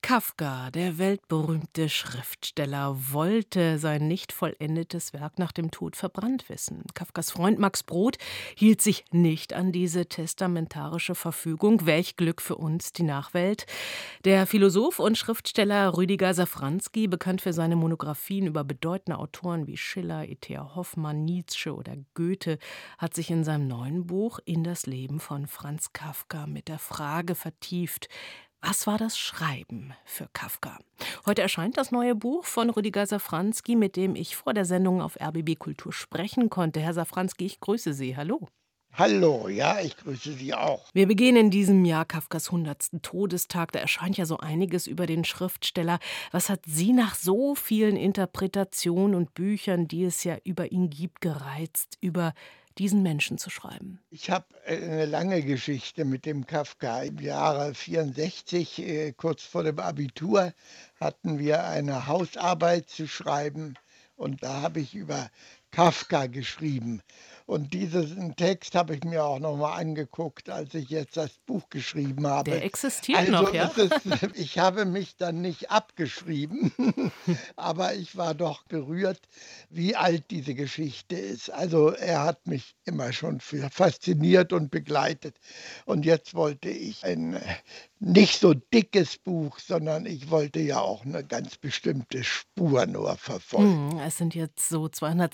Kafka, der weltberühmte Schriftsteller, wollte sein nicht vollendetes Werk nach dem Tod verbrannt wissen. Kafkas Freund Max Brod hielt sich nicht an diese testamentarische Verfügung. Welch Glück für uns, die Nachwelt. Der Philosoph und Schriftsteller Rüdiger Safranski, bekannt für seine Monographien über bedeutende Autoren wie Schiller, E.T.A. Hoffmann, Nietzsche oder Goethe, hat sich in seinem neuen Buch in das Leben von Franz Kafka mit der Frage vertieft: Was war das Schreiben für Kafka? Heute erscheint das neue Buch von Rüdiger Safranski, mit dem ich vor der Sendung auf RBB Kultur sprechen konnte. Herr Safranski, ich grüße Sie. Hallo. Hallo, ja, ich grüße Sie auch. Wir begehen in diesem Jahr Kafkas 100. Todestag. Da erscheint ja so einiges über den Schriftsteller. Was hat Sie nach so vielen Interpretationen und Büchern, die es ja über ihn gibt, gereizt, über diesen Menschen zu schreiben? Ich habe 'ne lange Geschichte mit dem Kafka. Im Jahre 64, kurz vor dem Abitur, hatten wir eine Hausarbeit zu schreiben und da habe ich über Kafka geschrieben. Und diesen Text habe ich mir auch noch mal angeguckt, als ich jetzt das Buch geschrieben Der habe. existiert Also, noch, ja? es ist ich habe mich dann nicht abgeschrieben, aber ich war doch gerührt, wie alt diese Geschichte ist. Also, er hat mich immer schon fasziniert und begleitet. Und jetzt wollte ich ein nicht so dickes Buch, sondern ich wollte ja auch eine ganz bestimmte Spur nur verfolgen. Es sind jetzt so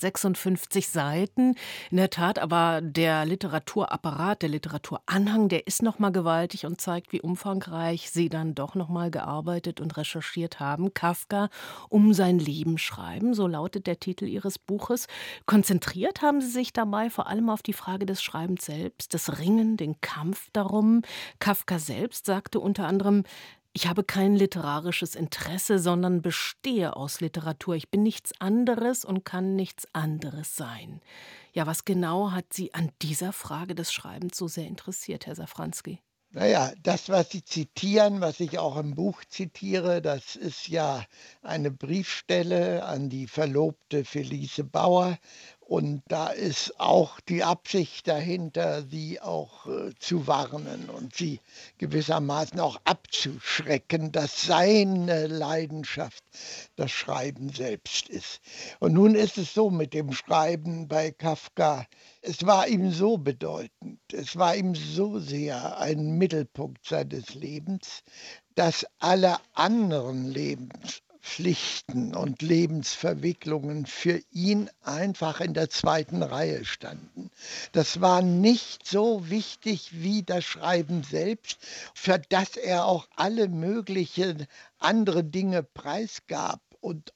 256 Seiten, in der Tat, aber der Literaturapparat, der Literaturanhang, der ist noch mal gewaltig und zeigt, wie umfangreich Sie dann doch noch mal gearbeitet und recherchiert haben. Kafka, um sein Leben schreiben, so lautet der Titel Ihres Buches. Konzentriert haben Sie sich dabei vor allem auf die Frage des Schreibens selbst, das Ringen, den Kampf darum. Kafka selbst sagte unter anderem: Ich habe kein literarisches Interesse, sondern bestehe aus Literatur. Ich bin nichts anderes und kann nichts anderes sein. Ja, was genau hat Sie an dieser Frage des Schreibens so sehr interessiert, Herr Safranski? Na ja, das, was Sie zitieren, was ich auch im Buch zitiere, das ist ja eine Briefstelle an die Verlobte Felice Bauer. Und da ist auch die Absicht dahinter, sie auch, zu warnen und sie gewissermaßen auch abzuschrecken, dass seine Leidenschaft das Schreiben selbst ist. Und nun ist es so mit dem Schreiben bei Kafka, es war ihm so bedeutend, es war ihm so sehr ein Mittelpunkt seines Lebens, dass alle anderen Lebenspflichten und Lebensverwicklungen für ihn einfach in der zweiten Reihe standen. Das war nicht so wichtig wie das Schreiben selbst, für das er auch alle möglichen andere Dinge preisgab und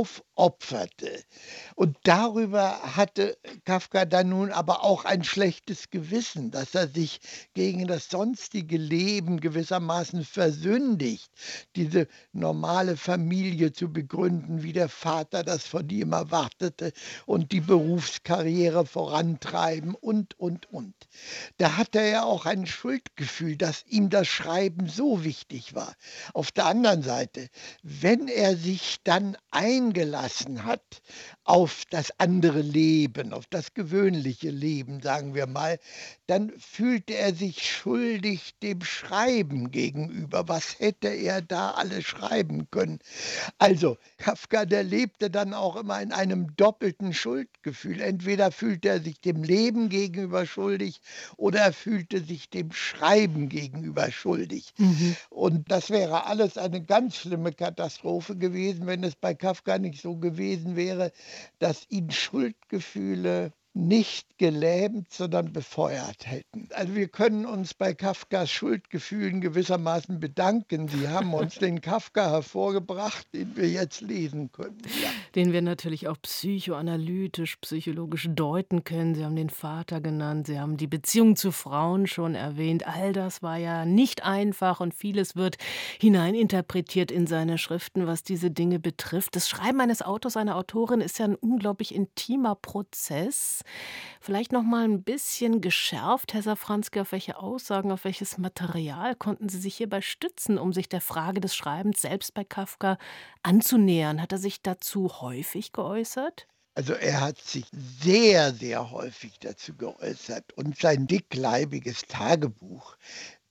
aufopferte. Und darüber hatte Kafka dann nun aber auch ein schlechtes Gewissen, dass er sich gegen das sonstige Leben gewissermaßen versündigt, diese normale Familie zu begründen, wie der Vater das von ihm erwartete und die Berufskarriere vorantreiben und. Da hatte er auch ein Schuldgefühl, dass ihm das Schreiben so wichtig war. Auf der anderen Seite, wenn er sich dann eingelassen hat auf das andere Leben, auf das gewöhnliche Leben, sagen wir mal, dann fühlte er sich schuldig dem Schreiben gegenüber. Was hätte er da alles schreiben können? Also, Kafka, der lebte dann auch immer in einem doppelten Schuldgefühl. Entweder fühlte er sich dem Leben gegenüber schuldig oder er fühlte sich dem Schreiben gegenüber schuldig. Mhm. Und das wäre alles eine ganz schlimme Katastrophe gewesen, wenn es bei Kafka nicht so gewesen wäre, dass ihn Schuldgefühle nicht gelähmt, sondern befeuert hätten. Also, wir können uns bei Kafkas Schuldgefühlen gewissermaßen bedanken. Sie haben uns den Kafka hervorgebracht, den wir jetzt lesen können. Ja. Den wir natürlich auch psychoanalytisch, psychologisch deuten können. Sie haben den Vater genannt, Sie haben die Beziehung zu Frauen schon erwähnt. All das war ja nicht einfach und vieles wird hineininterpretiert in seine Schriften, was diese Dinge betrifft. Das Schreiben eines Autors, einer Autorin ist ja ein unglaublich intimer Prozess. Vielleicht noch mal ein bisschen geschärft, Herr Safranski, auf welche Aussagen, auf welches Material konnten Sie sich hierbei stützen, um sich der Frage des Schreibens selbst bei Kafka anzunähern? Hat er sich dazu häufig geäußert? Also, er hat sich sehr, sehr häufig dazu geäußert und sein dickleibiges Tagebuch,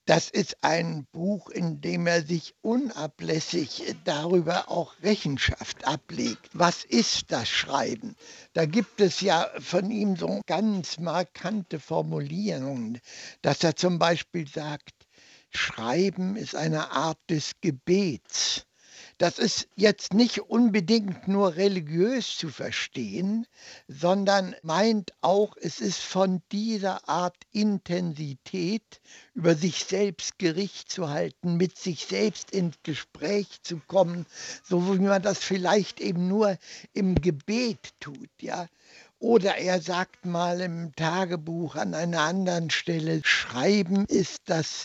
Das ist ein Buch, in dem er sich unablässig darüber auch Rechenschaft ablegt. Was ist das Schreiben? Da gibt es ja von ihm so ganz markante Formulierungen, dass er zum Beispiel sagt, Schreiben ist eine Art des Gebets. Das ist jetzt nicht unbedingt nur religiös zu verstehen, sondern meint auch, es ist von dieser Art Intensität, über sich selbst Gericht zu halten, mit sich selbst ins Gespräch zu kommen, so wie man das vielleicht eben nur im Gebet tut, ja. Oder er sagt mal im Tagebuch an einer anderen Stelle, Schreiben ist das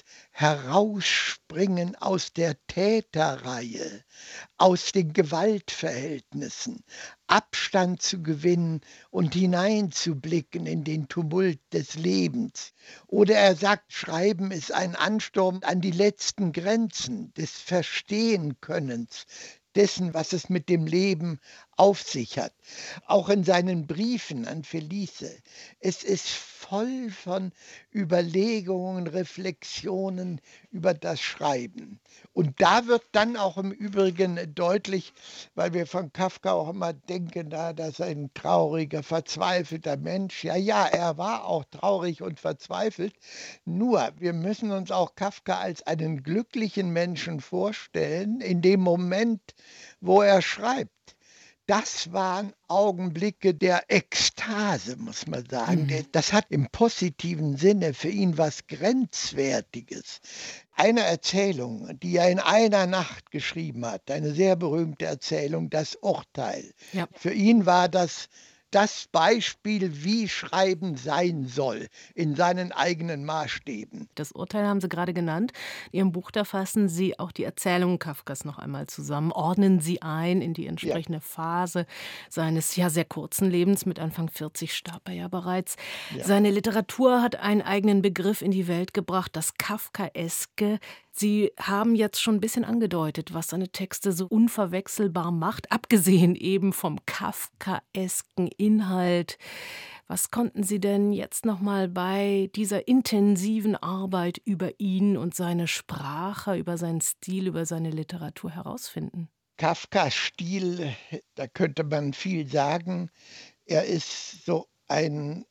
Herausspringen aus der Täterreihe, aus den Gewaltverhältnissen, Abstand zu gewinnen und hineinzublicken in den Tumult des Lebens. Oder er sagt, Schreiben ist ein Ansturm an die letzten Grenzen des Verstehenkönnens, dessen, was es mit dem Leben auf sich hat. Auch in seinen Briefen an Felice. Es ist voll von Überlegungen, Reflexionen über das Schreiben. Und da wird dann auch im Übrigen deutlich, weil wir von Kafka auch immer denken, dass er ein trauriger, verzweifelter Mensch. Ja, ja, er war auch traurig und verzweifelt. Nur, wir müssen uns auch Kafka als einen glücklichen Menschen vorstellen, in dem Moment, wo er schreibt. Das waren Augenblicke der Ekstase, muss man sagen. Mhm. Das hat im positiven Sinne für ihn was Grenzwertiges. Eine Erzählung, die er in einer Nacht geschrieben hat, eine sehr berühmte Erzählung, Das Urteil. Ja. Für ihn war das Beispiel, wie Schreiben sein soll, in seinen eigenen Maßstäben. Das Urteil haben Sie gerade genannt. In Ihrem Buch, da fassen Sie auch die Erzählungen Kafkas noch einmal zusammen, ordnen sie ein in die Ja, entsprechende Phase seines ja sehr kurzen Lebens. Mit Anfang 40 starb er ja bereits. ja. Seine Literatur hat einen eigenen Begriff in die Welt gebracht, das Kafkaeske. Sie haben jetzt schon ein bisschen angedeutet, was seine Texte so unverwechselbar macht, abgesehen eben vom kafkaesken Inhalt. Was konnten Sie denn jetzt noch mal bei dieser intensiven Arbeit über ihn und seine Sprache, über seinen Stil, über seine Literatur herausfinden? Kafkas Stil, da könnte man viel sagen. Er ist so ein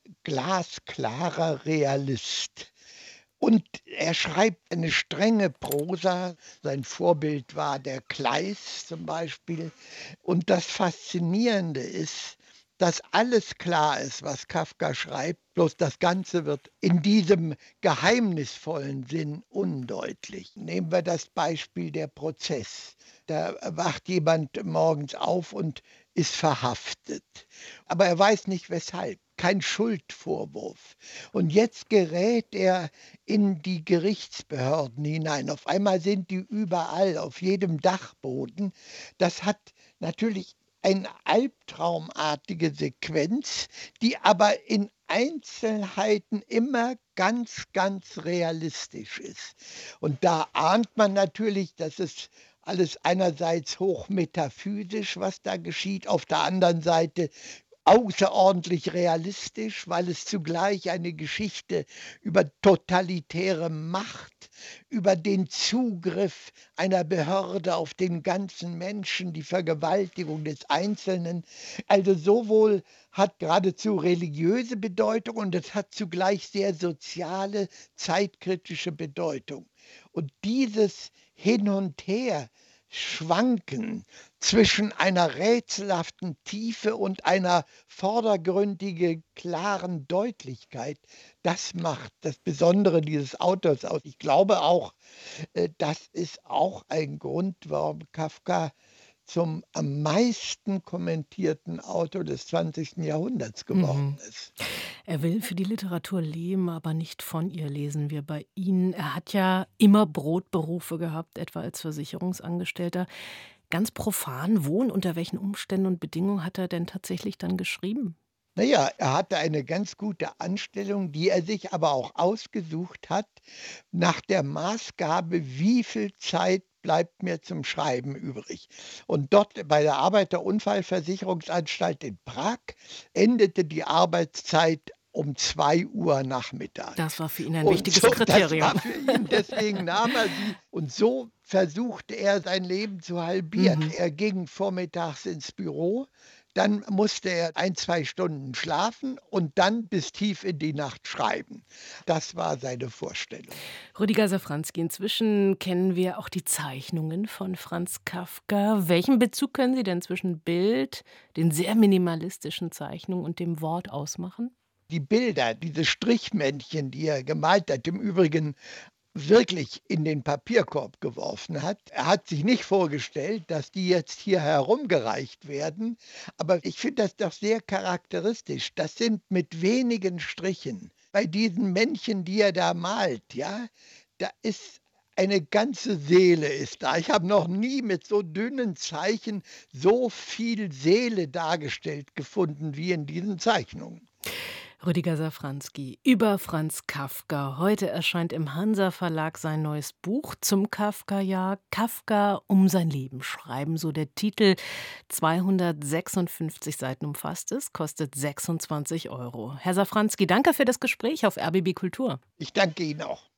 glasklarer Realist. Und er schreibt eine strenge Prosa. Sein Vorbild war der Kleist zum Beispiel. Und das Faszinierende ist, dass alles klar ist, was Kafka schreibt, bloß das Ganze wird in diesem geheimnisvollen Sinn undeutlich. Nehmen wir das Beispiel der Prozess. Da wacht jemand morgens auf und ist verhaftet. Aber er weiß nicht weshalb. Kein Schuldvorwurf. Und jetzt gerät er in die Gerichtsbehörden hinein. Auf einmal sind die überall, auf jedem Dachboden. Das hat natürlich eine albtraumartige Sequenz, die aber in Einzelheiten immer ganz, ganz realistisch ist. Und da ahnt man natürlich, dass es alles einerseits hochmetaphysisch, was da geschieht, auf der anderen Seite außerordentlich realistisch, weil es zugleich eine Geschichte über totalitäre Macht, über den Zugriff einer Behörde auf den ganzen Menschen, die Vergewaltigung des Einzelnen, also sowohl hat geradezu religiöse Bedeutung und es hat zugleich sehr soziale, zeitkritische Bedeutung. Und dieses Hin und Her schwanken zwischen einer rätselhaften Tiefe und einer vordergründige, klaren Deutlichkeit, das macht das Besondere dieses Autors aus. Ich glaube auch, das ist auch ein Grund, warum Kafka zum am meisten kommentierten Autor des 20. Jahrhunderts geworden Mhm. ist. Er will für die Literatur leben, aber nicht von ihr, lesen wir bei Ihnen. Er hat ja immer Brotberufe gehabt, etwa als Versicherungsangestellter. Ganz profan, wo und unter welchen Umständen und Bedingungen hat er denn tatsächlich dann geschrieben? Na ja, er hatte eine ganz gute Anstellung, die er sich aber auch ausgesucht hat, nach der Maßgabe, wie viel Zeit bleibt mir zum Schreiben übrig. Und dort bei der Arbeiterunfallversicherungsanstalt in Prag endete die Arbeitszeit um 2 Uhr nachmittags. Das war für ihn ein Und wichtiges so, das Kriterium. war für ihn, deswegen nahm er sie und so versuchte er, sein Leben zu halbieren. Mhm. Er ging vormittags ins Büro, dann musste er 1, 2 Stunden schlafen und dann bis tief in die Nacht schreiben. Das war seine Vorstellung. Rüdiger Safranski, inzwischen kennen wir auch die Zeichnungen von Franz Kafka. Welchen Bezug können Sie denn zwischen Bild, den sehr minimalistischen Zeichnungen und dem Wort ausmachen? Die Bilder, diese Strichmännchen, die er gemalt hat, im Übrigen wirklich in den Papierkorb geworfen hat. Er hat sich nicht vorgestellt, dass die jetzt hier herumgereicht werden, aber ich finde das doch sehr charakteristisch. Das sind mit wenigen Strichen. Bei diesen Männchen, die er da malt, ja, da ist eine ganze Seele ist da. Ich habe noch nie mit so dünnen Zeichen so viel Seele dargestellt gefunden wie in diesen Zeichnungen. Rüdiger Safranski über Franz Kafka. Heute erscheint im Hansa-Verlag sein neues Buch zum Kafka-Jahr. Kafka um sein Leben schreiben, so der Titel. 256 Seiten umfasst es, kostet 26 Euro. Herr Safranski, danke für das Gespräch auf RBB Kultur. Ich danke Ihnen auch.